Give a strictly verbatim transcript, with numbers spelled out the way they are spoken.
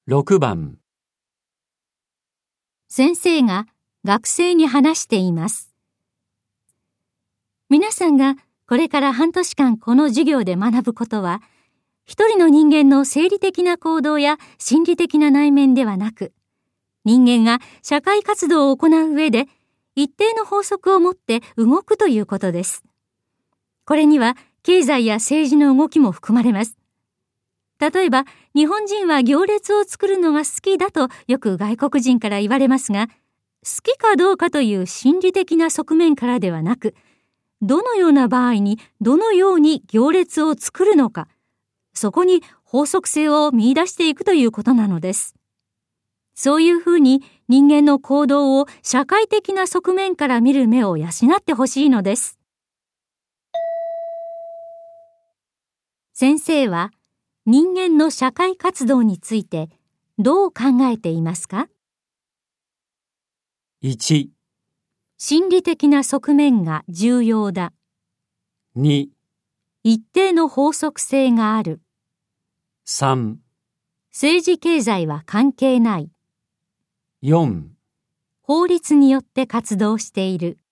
ろくばん。 先生が学生に話しています。皆さんがこれから半年間この授業で学ぶことは、一人の人間の生理的な行動や心理的な内面ではなく、人間が社会活動を行う上で一定の法則を持って動くということです。これには経済や政治の動きも含まれます。例えば、日本人は行列を作るのが好きだとよく外国人から言われますが、好きかどうかという心理的な側面からではなく、どのような場合にどのように行列を作るのか、そこに法則性を見出していくということなのです。そういうふうに人間の行動を社会的な側面から見る目を養ってほしいのです。先生は人間の社会活動についてどう考えていますか？ いち、 心理的な側面が重要だ。 に、 一定の法則性がある。 さん、 政治経済は関係ない。 よん。 法律によって活動している。